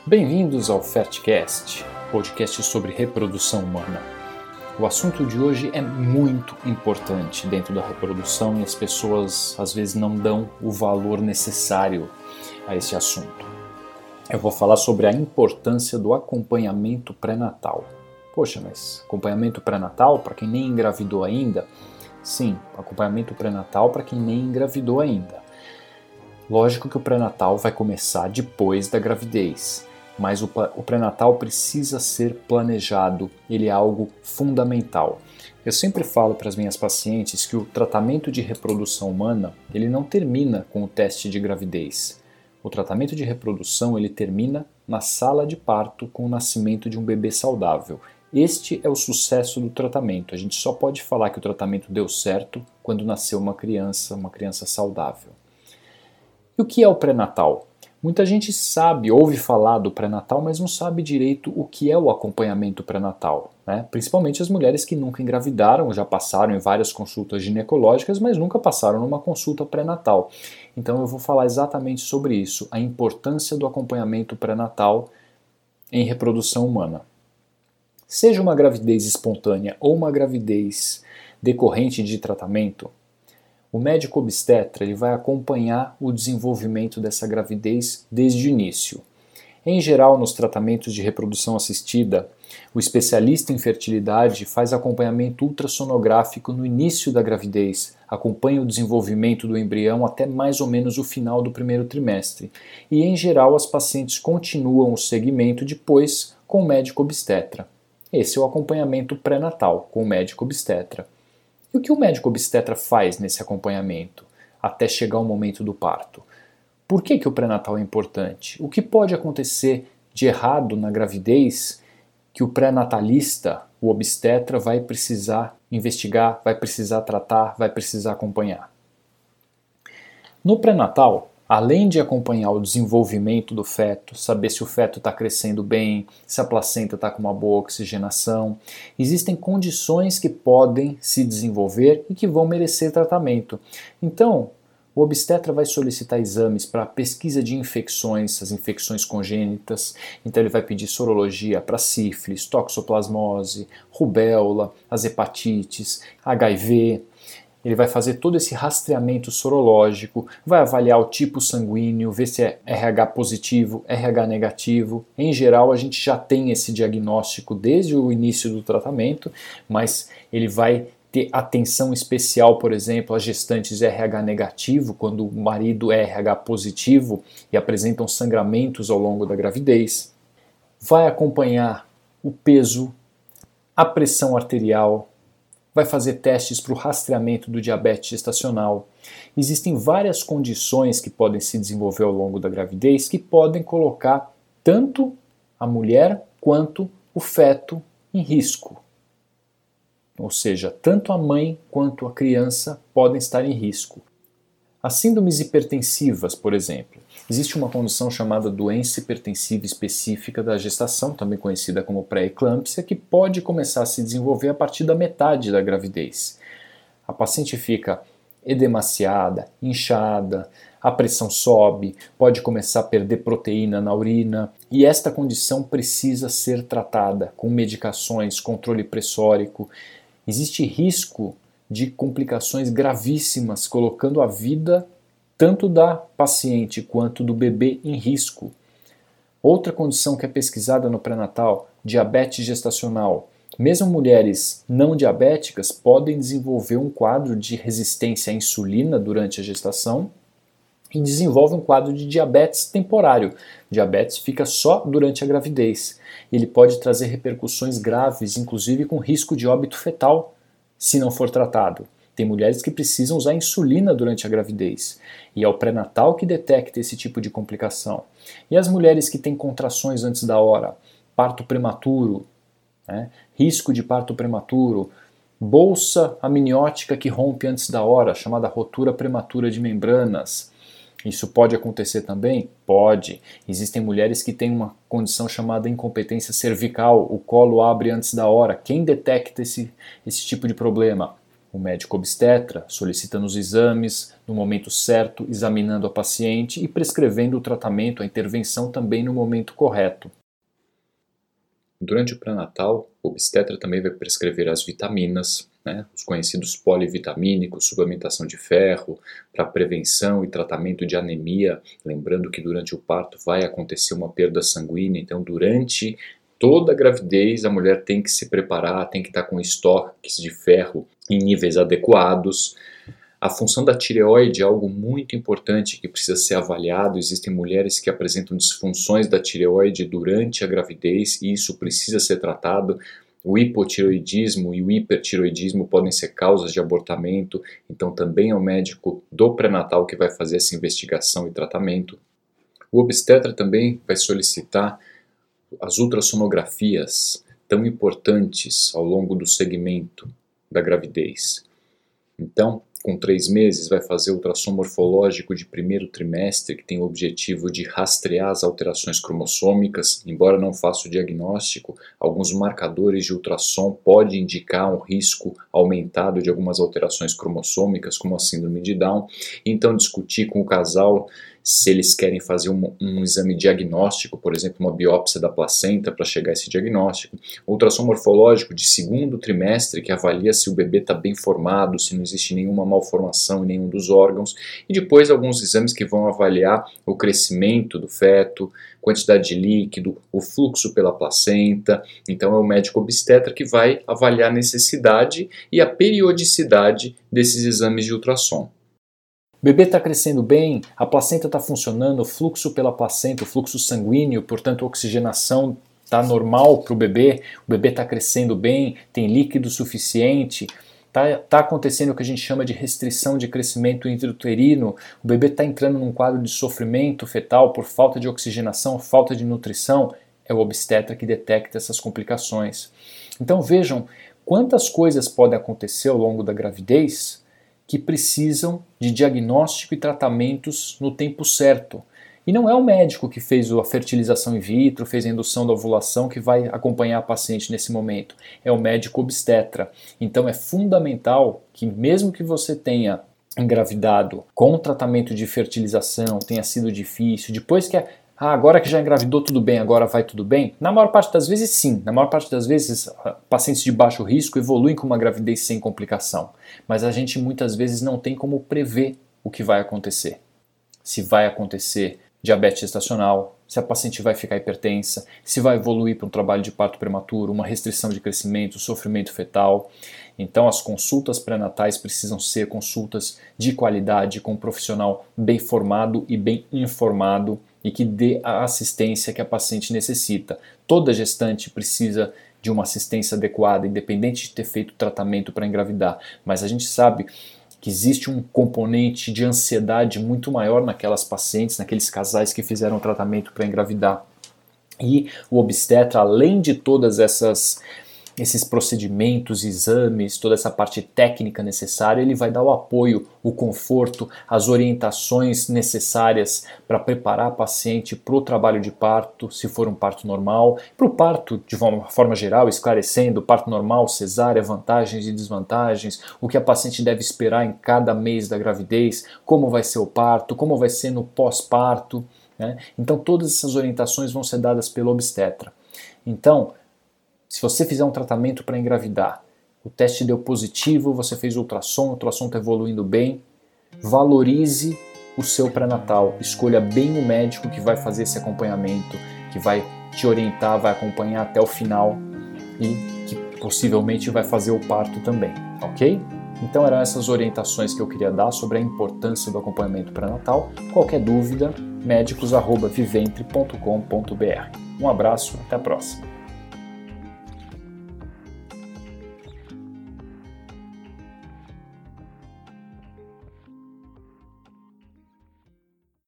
Bem-vindos ao Fertcast, podcast sobre reprodução humana. O assunto de hoje é muito importante dentro da reprodução e as pessoas às vezes não dão o valor necessário a esse assunto. Eu vou falar sobre a importância do acompanhamento pré-natal. Poxa, mas acompanhamento pré-natal para quem nem engravidou ainda? Sim, acompanhamento pré-natal para quem nem engravidou ainda. Lógico que o pré-natal vai começar depois da gravidez. Mas o pré-natal precisa ser planejado, ele é algo fundamental. Eu sempre falo para as minhas pacientes que o tratamento de reprodução humana, ele não termina com o teste de gravidez. O tratamento de reprodução, ele termina na sala de parto com o nascimento de um bebê saudável. Este é o sucesso do tratamento. A gente só pode falar que o tratamento deu certo quando nasceu uma criança saudável. E o que é o pré-natal? Muita gente ouve falar do pré-natal, mas não sabe direito o que é o acompanhamento pré-natal, né? Principalmente as mulheres que nunca engravidaram, já passaram em várias consultas ginecológicas, mas nunca passaram numa consulta pré-natal. Então eu vou falar exatamente sobre isso, a importância do acompanhamento pré-natal em reprodução humana. Seja uma gravidez espontânea ou uma gravidez decorrente de tratamento, o médico obstetra ele vai acompanhar o desenvolvimento dessa gravidez desde o início. Em geral, nos tratamentos de reprodução assistida, o especialista em fertilidade faz acompanhamento ultrassonográfico no início da gravidez, acompanha o desenvolvimento do embrião até mais ou menos o final do primeiro trimestre. E, em geral, as pacientes continuam o segmento depois com o médico obstetra. Esse é o acompanhamento pré-natal com o médico obstetra. E o que o médico obstetra faz nesse acompanhamento até chegar o momento do parto? Por que o pré-natal é importante? O que pode acontecer de errado na gravidez que o pré-natalista, o obstetra, vai precisar investigar, vai precisar tratar, vai precisar acompanhar? No pré-natal, além de acompanhar o desenvolvimento do feto, saber se o feto está crescendo bem, se a placenta está com uma boa oxigenação, existem condições que podem se desenvolver e que vão merecer tratamento. Então, o obstetra vai solicitar exames para pesquisa de infecções, as infecções congênitas. Então ele vai pedir sorologia para sífilis, toxoplasmose, rubéola, as hepatites, HIV. Ele vai fazer todo esse rastreamento sorológico, vai avaliar o tipo sanguíneo, ver se é RH positivo, RH negativo. Em geral, a gente já tem esse diagnóstico desde o início do tratamento, mas ele vai ter atenção especial, por exemplo, a gestantes RH negativo, quando o marido é RH positivo e apresentam sangramentos ao longo da gravidez. Vai acompanhar o peso, a pressão arterial, vai fazer testes para o rastreamento do diabetes gestacional. Existem várias condições que podem se desenvolver ao longo da gravidez que podem colocar tanto a mulher quanto o feto em risco. Ou seja, tanto a mãe quanto a criança podem estar em risco. As síndromes hipertensivas, por exemplo. Existe uma condição chamada doença hipertensiva específica da gestação, também conhecida como pré-eclâmpsia, que pode começar a se desenvolver a partir da metade da gravidez. A paciente fica edemaciada, inchada, a pressão sobe, pode começar a perder proteína na urina, e esta condição precisa ser tratada com medicações, controle pressórico. Existe risco de complicações gravíssimas, colocando a vida tanto da paciente quanto do bebê em risco. Outra condição que é pesquisada no pré-natal, diabetes gestacional. Mesmo mulheres não diabéticas podem desenvolver um quadro de resistência à insulina durante a gestação e desenvolvem um quadro de diabetes temporário. Diabetes fica só durante a gravidez. Ele pode trazer repercussões graves, inclusive com risco de óbito fetal, se não for tratado. Tem mulheres que precisam usar insulina durante a gravidez. E é o pré-natal que detecta esse tipo de complicação. E as mulheres que têm contrações antes da hora, parto prematuro, né? Risco de parto prematuro, bolsa amniótica que rompe antes da hora, chamada rotura prematura de membranas. Isso pode acontecer também? Pode. Existem mulheres que têm uma condição chamada incompetência cervical, o colo abre antes da hora. Quem detecta esse tipo de problema? o médico obstetra, solicitando os exames no momento certo, examinando a paciente e prescrevendo o tratamento, a intervenção também no momento correto. Durante o pré-natal, o obstetra também vai prescrever as vitaminas, os conhecidos polivitamínicos, suplementação de ferro, para prevenção e tratamento de anemia. Lembrando que durante o parto vai acontecer uma perda sanguínea, então durante toda a gravidez a mulher tem que se preparar, tem que estar com estoques de ferro em níveis adequados. A função da tireoide é algo muito importante que precisa ser avaliado. Existem mulheres que apresentam disfunções da tireoide durante a gravidez e isso precisa ser tratado. O hipotireoidismo e o hipertireoidismo podem ser causas de abortamento, então também é o médico do pré-natal que vai fazer essa investigação e tratamento. O obstetra também vai solicitar as ultrassonografias tão importantes ao longo do segmento da gravidez. Então, com 3 meses, vai fazer ultrassom morfológico de primeiro trimestre, que tem o objetivo de rastrear as alterações cromossômicas. Embora não faça o diagnóstico, alguns marcadores de ultrassom podem indicar um risco aumentado de algumas alterações cromossômicas, como a síndrome de Down. Então, discutir com o casal se eles querem fazer um exame diagnóstico, por exemplo, uma biópsia da placenta para chegar a esse diagnóstico. Ultrassom morfológico de segundo trimestre, que avalia se o bebê está bem formado, se não existe nenhuma malformação em nenhum dos órgãos. E depois alguns exames que vão avaliar o crescimento do feto, quantidade de líquido, o fluxo pela placenta. Então é o médico obstetra que vai avaliar a necessidade e a periodicidade desses exames de ultrassom. O bebê está crescendo bem, a placenta está funcionando, o fluxo pela placenta, o fluxo sanguíneo, portanto a oxigenação está normal para o bebê está crescendo bem, tem líquido suficiente, está acontecendo o que a gente chama de restrição de crescimento intrauterino, o bebê está entrando num quadro de sofrimento fetal por falta de oxigenação, falta de nutrição, é o obstetra que detecta essas complicações. Então vejam quantas coisas podem acontecer ao longo da gravidez que precisam de diagnóstico e tratamentos no tempo certo. E não é o médico que fez a fertilização in vitro, fez a indução da ovulação que vai acompanhar a paciente nesse momento. É o médico obstetra. Então é fundamental que mesmo que você tenha engravidado com tratamento de fertilização, tenha sido difícil, depois que agora que já engravidou tudo bem, agora vai tudo bem? Na maior parte das vezes sim, na maior parte das vezes pacientes de baixo risco evoluem com uma gravidez sem complicação, mas a gente muitas vezes não tem como prever o que vai acontecer. Se vai acontecer diabetes gestacional, se a paciente vai ficar hipertensa, se vai evoluir para um trabalho de parto prematuro, uma restrição de crescimento, sofrimento fetal. Então as consultas pré-natais precisam ser consultas de qualidade, com um profissional bem formado e bem informado e que dê a assistência que a paciente necessita. Toda gestante precisa de uma assistência adequada, independente de ter feito tratamento para engravidar, mas a gente sabe que existe um componente de ansiedade muito maior naquelas pacientes, naqueles casais que fizeram tratamento para engravidar. E o obstetra, além de todas esses procedimentos, exames, toda essa parte técnica necessária, ele vai dar o apoio, o conforto, as orientações necessárias para preparar a paciente para o trabalho de parto, se for um parto normal, para o parto de uma forma geral, esclarecendo parto normal, cesárea, vantagens e desvantagens, o que a paciente deve esperar em cada mês da gravidez, como vai ser o parto, como vai ser no pós-parto, né? Então todas essas orientações vão ser dadas pelo obstetra. Então, se você fizer um tratamento para engravidar, o teste deu positivo, você fez ultrassom, o ultrassom está evoluindo bem, valorize o seu pré-natal, escolha bem o médico que vai fazer esse acompanhamento, que vai te orientar, vai acompanhar até o final e que possivelmente vai fazer o parto também, ok? Então eram essas orientações que eu queria dar sobre a importância do acompanhamento pré-natal. Qualquer dúvida, médicos@viventre.com.br. Um abraço, até a próxima.